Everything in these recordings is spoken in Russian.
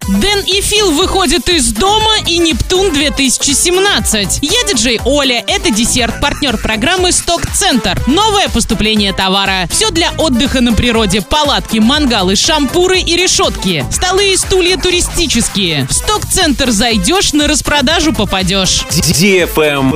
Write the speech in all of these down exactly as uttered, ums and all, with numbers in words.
Дэн и Фил выходят из дома и Нептун две тысячи семнадцать. Я диджей Оля, это десерт, партнер программы «Сток-центр». Новое поступление товара. Все для отдыха на природе. Палатки, мангалы, шампуры и решетки. Столы и стулья туристические. В «Сток-центр» зайдешь, на распродажу попадешь. ди эф эм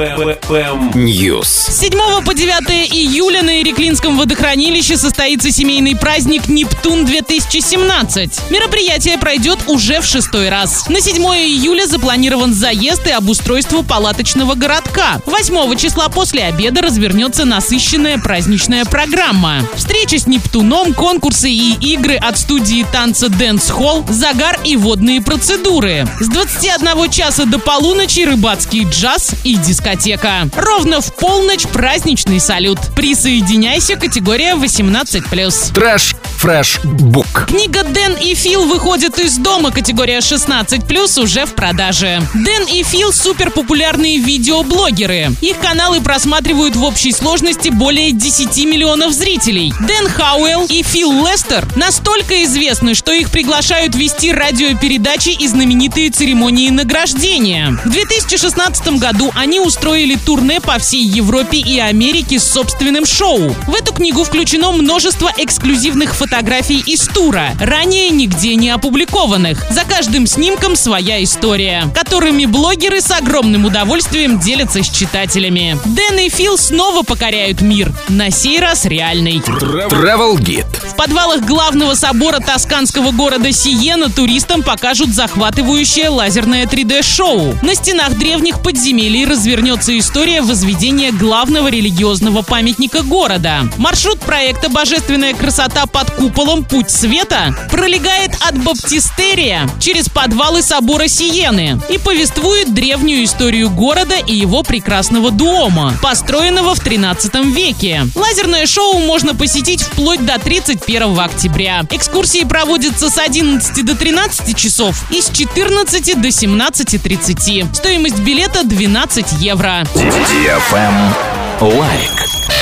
News. С седьмого по девятое июля на Иреклинском водохранилище состоится семейный праздник «Нептун две тысячи семнадцать». Мероприятие пройдет уже в шестой раз. На седьмое июля запланирован заезд и обустройство палаточного городка. восьмого числа после обеда развернется насыщенная праздничная программа. Встреча с Нептуном, конкурсы и игры от студии танца Dance Hall, загар и водные процедуры. С двадцати одного часа до полуночи рыбацкий джаз и дискотека. Ровно в полночь праздничный салют. Присоединяйся, категория восемнадцать плюс. Трэш Фреш Бук. Книга «Дэн и Фил выходят из дома», категория шестнадцать плюс, уже в продаже. Дэн и Фил — суперпопулярные видеоблогеры. Их каналы просматривают в общей сложности более десяти миллионов зрителей. Дэн Хауэлл и Фил Лестер настолько известны, что их приглашают вести радиопередачи и знаменитые церемонии награждения. В две тысячи шестнадцатом году они устроили турне по всей Европе и Америке с собственным шоу. В эту книгу включено множество эксклюзивных фотографий из тура, ранее нигде не опубликованных. За каждым снимком своя история, которыми блогеры с огромным удовольствием делятся с читателями. Дэн и Фил снова покоряют мир, на сей раз реальный. Travel Guide. В подвалах главного собора тосканского города Сиена туристам покажут захватывающее лазерное три дэ-шоу. На стенах древних подземелий развернется история возведения главного религиозного памятника города. Маршрут проекта «Божественная красота под куполом. Путь света» пролегает от баптистерия через подвалы собора Сиены и повествует древнюю историю города и его прекрасного дуома, построенного в тринадцатом веке. Лазерное шоу можно посетить вплоть до тридцать первого октября. Экскурсии проводятся с одиннадцати до тринадцати часов и с четырнадцати до семнадцати тридцати. Стоимость билета двенадцать евро. ди эф эм Лайк.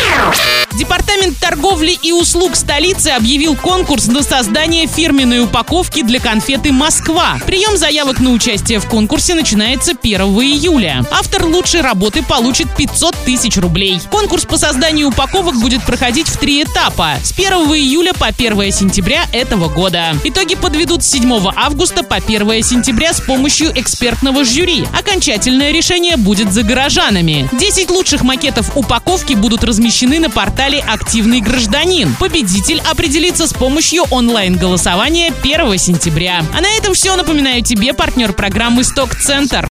Департамент торговли и услуг столицы объявил конкурс на создание фирменной упаковки для конфеты «Москва». Прием заявок на участие в конкурсе начинается первого июля. Автор лучшей работы получит пятьсот тысяч рублей. Конкурс по созданию упаковок будет проходить в три этапа – с первого июля по первое сентября этого года. Итоги подведут с седьмого августа по первое сентября с помощью экспертного жюри. Окончательное решение будет за горожанами. десять лучших макетов упаковки будут размещены на портале «Активный гражданин». Победитель определится с помощью онлайн-голосования первого сентября. А на этом все. Напоминаю тебе, партнер программы «Сток-центр».